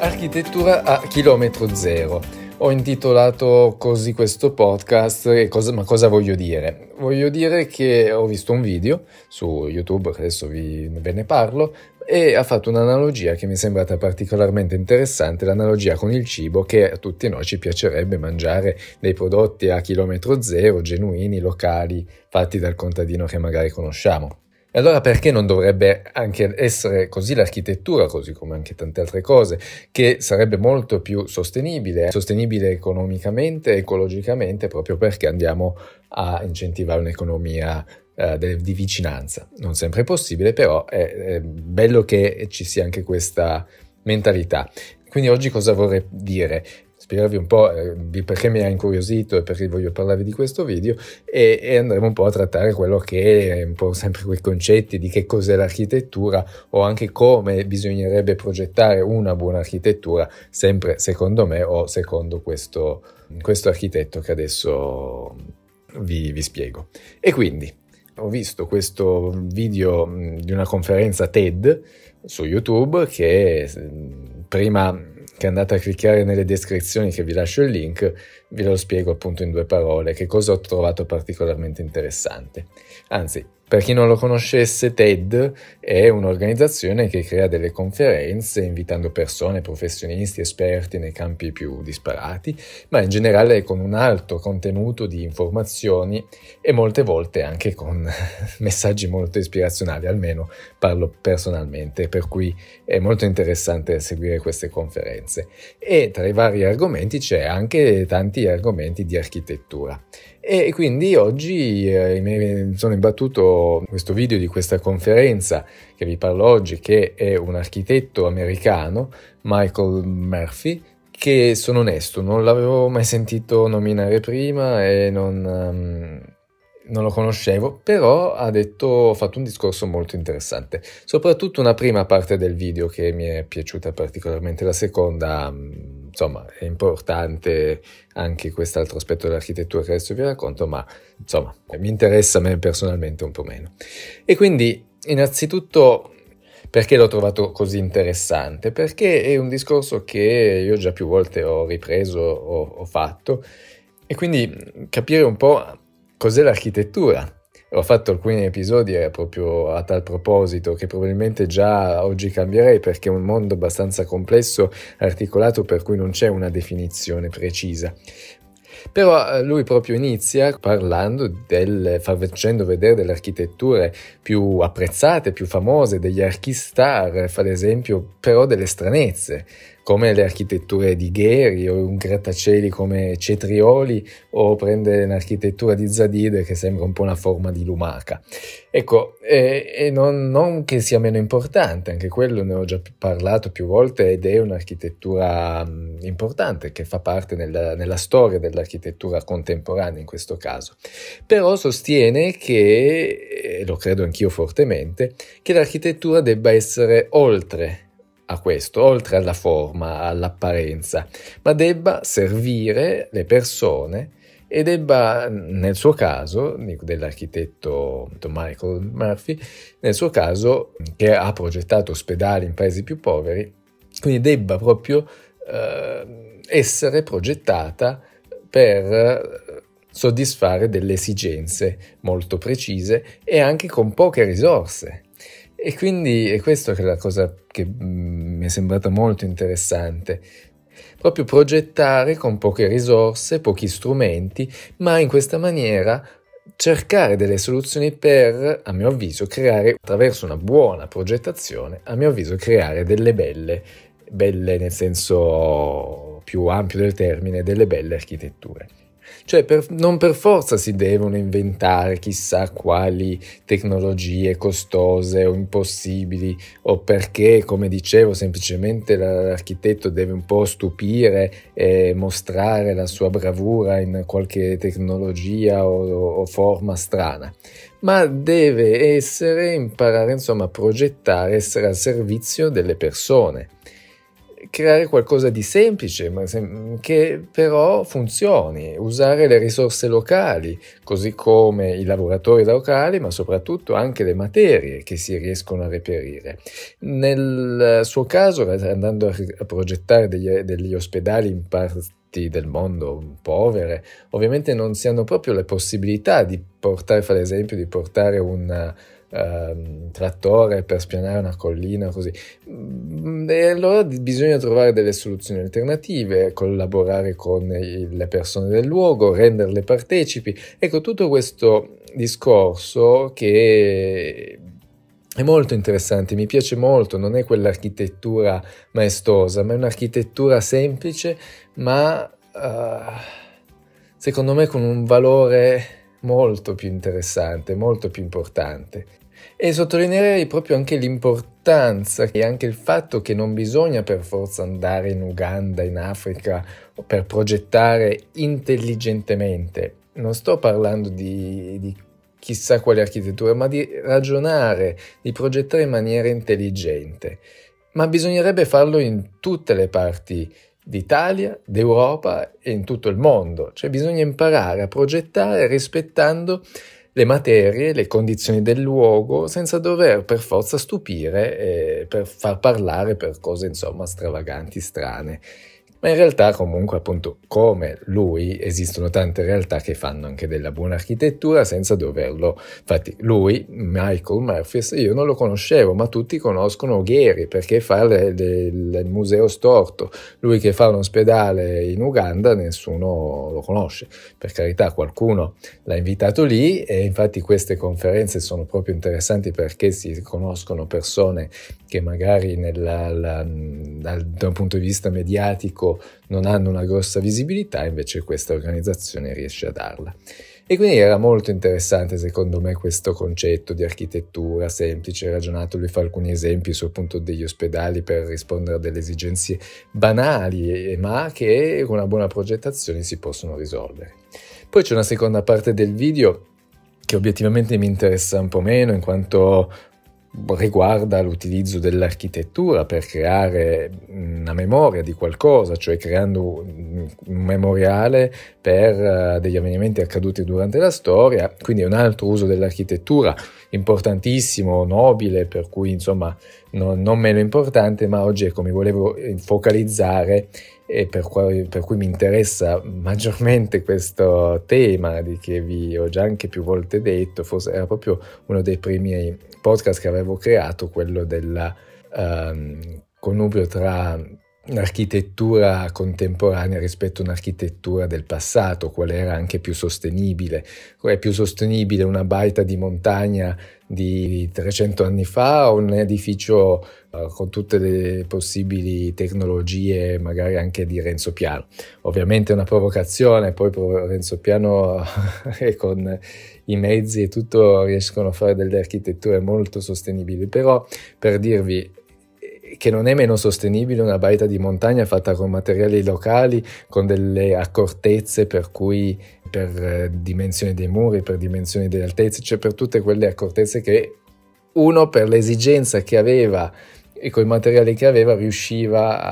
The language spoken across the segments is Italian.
Architettura a chilometro zero. Ho intitolato così questo podcast ma cosa voglio dire? Voglio dire che ho visto un video su YouTube, che adesso ve ne parlo, e ha fatto un'analogia che mi è sembrata particolarmente interessante, l'analogia con il cibo, che a tutti noi ci piacerebbe mangiare dei prodotti a chilometro zero, genuini, locali, fatti dal contadino che magari conosciamo. E allora perché non dovrebbe anche essere così l'architettura, così come anche tante altre cose, che sarebbe molto più sostenibile economicamente, ecologicamente, proprio perché andiamo a incentivare un'economia di vicinanza. Non sempre è possibile, però è bello che ci sia anche questa mentalità. Quindi oggi cosa vorrei dire? Spiegarvi un po' perché mi ha incuriosito e perché voglio parlarvi di questo video e andremo un po' a trattare quello che è un po' sempre quei concetti di che cos'è l'architettura o anche come bisognerebbe progettare una buona architettura, sempre secondo me o secondo questo architetto che adesso vi spiego. E quindi ho visto questo video di una conferenza TED su YouTube che prima che andate a cliccare nelle descrizioni, che vi lascio il link, ve lo spiego appunto in 2 parole che cosa ho trovato particolarmente interessante. Anzi, per chi non lo conoscesse, TED è un'organizzazione che crea delle conferenze invitando persone, professionisti, esperti nei campi più disparati, ma in generale con un alto contenuto di informazioni e molte volte anche con messaggi molto ispirazionali, almeno parlo personalmente, per cui è molto interessante seguire queste conferenze. E tra i vari argomenti c'è anche tanti argomenti di architettura. E quindi oggi mi sono imbattuto questo video di questa conferenza che vi parlo oggi, che è un architetto americano, Michael Murphy, che sono onesto, non l'avevo mai sentito nominare prima e non lo conoscevo, però ha fatto un discorso molto interessante, soprattutto una prima parte del video che mi è piaciuta particolarmente, la seconda insomma è importante anche quest'altro aspetto dell'architettura che adesso vi racconto, ma insomma mi interessa a me personalmente un po' meno. E quindi innanzitutto perché l'ho trovato così interessante? Perché è un discorso che io già più volte ho ripreso, ho fatto, e quindi capire un po' cos'è l'architettura. Ho fatto alcuni episodi proprio a tal proposito che probabilmente già oggi cambierei, perché è un mondo abbastanza complesso, articolato, per cui non c'è una definizione precisa. Però lui proprio inizia facendo vedere delle architetture più apprezzate, più famose, degli archistar, fa l'esempio però delle stranezze, come le architetture di Gheri o un grattacieli come Cetrioli, o prende un'architettura di Zadide che sembra un po' una forma di lumaca. Ecco, e non che sia meno importante, anche quello ne ho già parlato più volte ed è un'architettura importante che fa parte nella storia dell'architettura contemporanea in questo caso. Però sostiene che, e lo credo anch'io fortemente, che l'architettura debba essere oltre a questo, oltre alla forma, all'apparenza, ma debba servire le persone e debba, nel suo caso, dell'architetto Michael Murphy, nel suo caso, che ha progettato ospedali in paesi più poveri, quindi debba proprio essere progettata per soddisfare delle esigenze molto precise e anche con poche risorse. E quindi è questa che è la cosa che mi è sembrata molto interessante, proprio progettare con poche risorse, pochi strumenti, ma in questa maniera cercare delle soluzioni per, a mio avviso, creare, attraverso una buona progettazione, a mio avviso, creare delle belle nel senso più ampio del termine, delle belle architetture. Cioè non per forza si devono inventare chissà quali tecnologie costose o impossibili, o perché, come dicevo, semplicemente l'architetto deve un po' stupire e mostrare la sua bravura in qualche tecnologia o forma strana, ma deve imparare insomma a progettare, essere al servizio delle persone. creare qualcosa di semplice, ma che però funzioni, usare le risorse locali, così come i lavoratori locali, ma soprattutto anche le materie che si riescono a reperire. Nel suo caso, andando a progettare degli ospedali in parti del mondo povere, ovviamente non si hanno proprio le possibilità di portare, fa l'esempio, di portare un trattore per spianare una collina, così. E allora bisogna trovare delle soluzioni alternative, collaborare con le persone del luogo, renderle partecipi. Ecco, tutto questo discorso che è molto interessante, mi piace molto, non è quell'architettura maestosa, ma è un'architettura semplice, ma secondo me con un valore molto più interessante, molto più importante. E sottolineerei proprio anche l'importanza e anche il fatto che non bisogna per forza andare in Uganda, in Africa, per progettare intelligentemente. Non sto parlando di chissà quale architettura, ma di ragionare, di progettare in maniera intelligente. Ma bisognerebbe farlo in tutte le parti d'Italia, d'Europa e in tutto il mondo. Cioè bisogna imparare a progettare rispettando le materie, le condizioni del luogo, senza dover per forza stupire per far parlare per cose insomma stravaganti, strane. Ma in realtà comunque appunto come lui esistono tante realtà che fanno anche della buona architettura senza doverlo. Infatti lui, Michael Murphys, io non lo conoscevo, ma tutti conoscono Gehry perché fa il museo storto. Lui che fa un ospedale in Uganda nessuno lo conosce. Per carità, qualcuno l'ha invitato lì e infatti queste conferenze sono proprio interessanti perché si conoscono persone che magari da un punto di vista mediatico non hanno una grossa visibilità, invece questa organizzazione riesce a darla. E quindi era molto interessante secondo me questo concetto di architettura semplice, ragionato. Lui fa alcuni esempi su appunto degli ospedali per rispondere a delle esigenze banali, ma che con una buona progettazione si possono risolvere. Poi c'è una seconda parte del video che obiettivamente mi interessa un po' meno, in quanto riguarda l'utilizzo dell'architettura per creare una memoria di qualcosa, cioè creando un memoriale per degli avvenimenti accaduti durante la storia. Quindi è un altro uso dell'architettura importantissimo, nobile, per cui insomma non meno importante, ma oggi ecco mi volevo focalizzare e per cui mi interessa maggiormente questo tema di che vi ho già anche più volte detto. Forse era proprio uno dei primi podcast che avevo creato, quello del connubio tra un'architettura contemporanea rispetto a un'architettura del passato, quale era anche più sostenibile. È più sostenibile una baita di montagna di 300 anni fa o un edificio con tutte le possibili tecnologie magari anche di Renzo Piano? Ovviamente è una provocazione, poi Renzo Piano con i mezzi e tutto riescono a fare delle architetture molto sostenibili, però per dirvi che non è meno sostenibile una baita di montagna fatta con materiali locali, con delle accortezze per cui per dimensioni dei muri, per dimensioni delle altezze, cioè per tutte quelle accortezze che uno per l'esigenza che aveva e con i materiali che aveva riusciva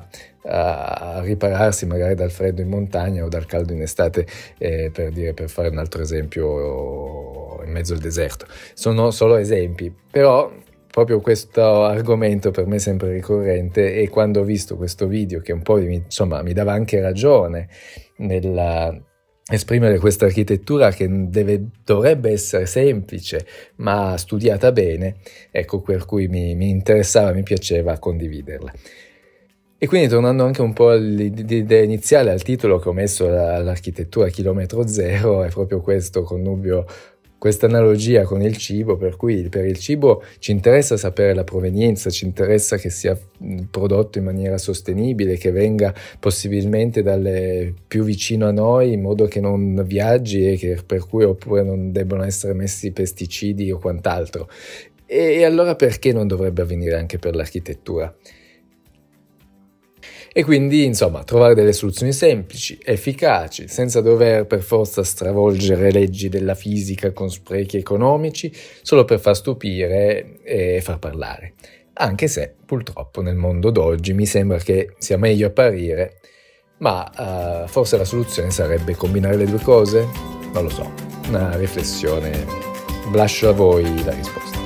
a ripararsi magari dal freddo in montagna o dal caldo in estate, per fare un altro esempio in mezzo al deserto. Sono solo esempi, però proprio questo argomento per me è sempre ricorrente, e quando ho visto questo video che un po' mi dava anche ragione nella esprimere questa architettura che dovrebbe essere semplice ma studiata bene, ecco per cui mi interessava, mi piaceva condividerla. E quindi tornando anche un po' all'idea iniziale, al titolo che ho messo all'architettura chilometro zero, è proprio questo connubio, questa analogia con il cibo, per cui per il cibo ci interessa sapere la provenienza, ci interessa che sia prodotto in maniera sostenibile, che venga possibilmente più vicino a noi, in modo che non viaggi e per cui oppure non debbano essere messi pesticidi o quant'altro. E allora perché non dovrebbe avvenire anche per l'architettura? E quindi, insomma, trovare delle soluzioni semplici, efficaci, senza dover per forza stravolgere leggi della fisica con sprechi economici, solo per far stupire e far parlare. Anche se, purtroppo, nel mondo d'oggi mi sembra che sia meglio apparire, ma forse la soluzione sarebbe combinare le due cose? Non lo so, una riflessione, lascio a voi la risposta.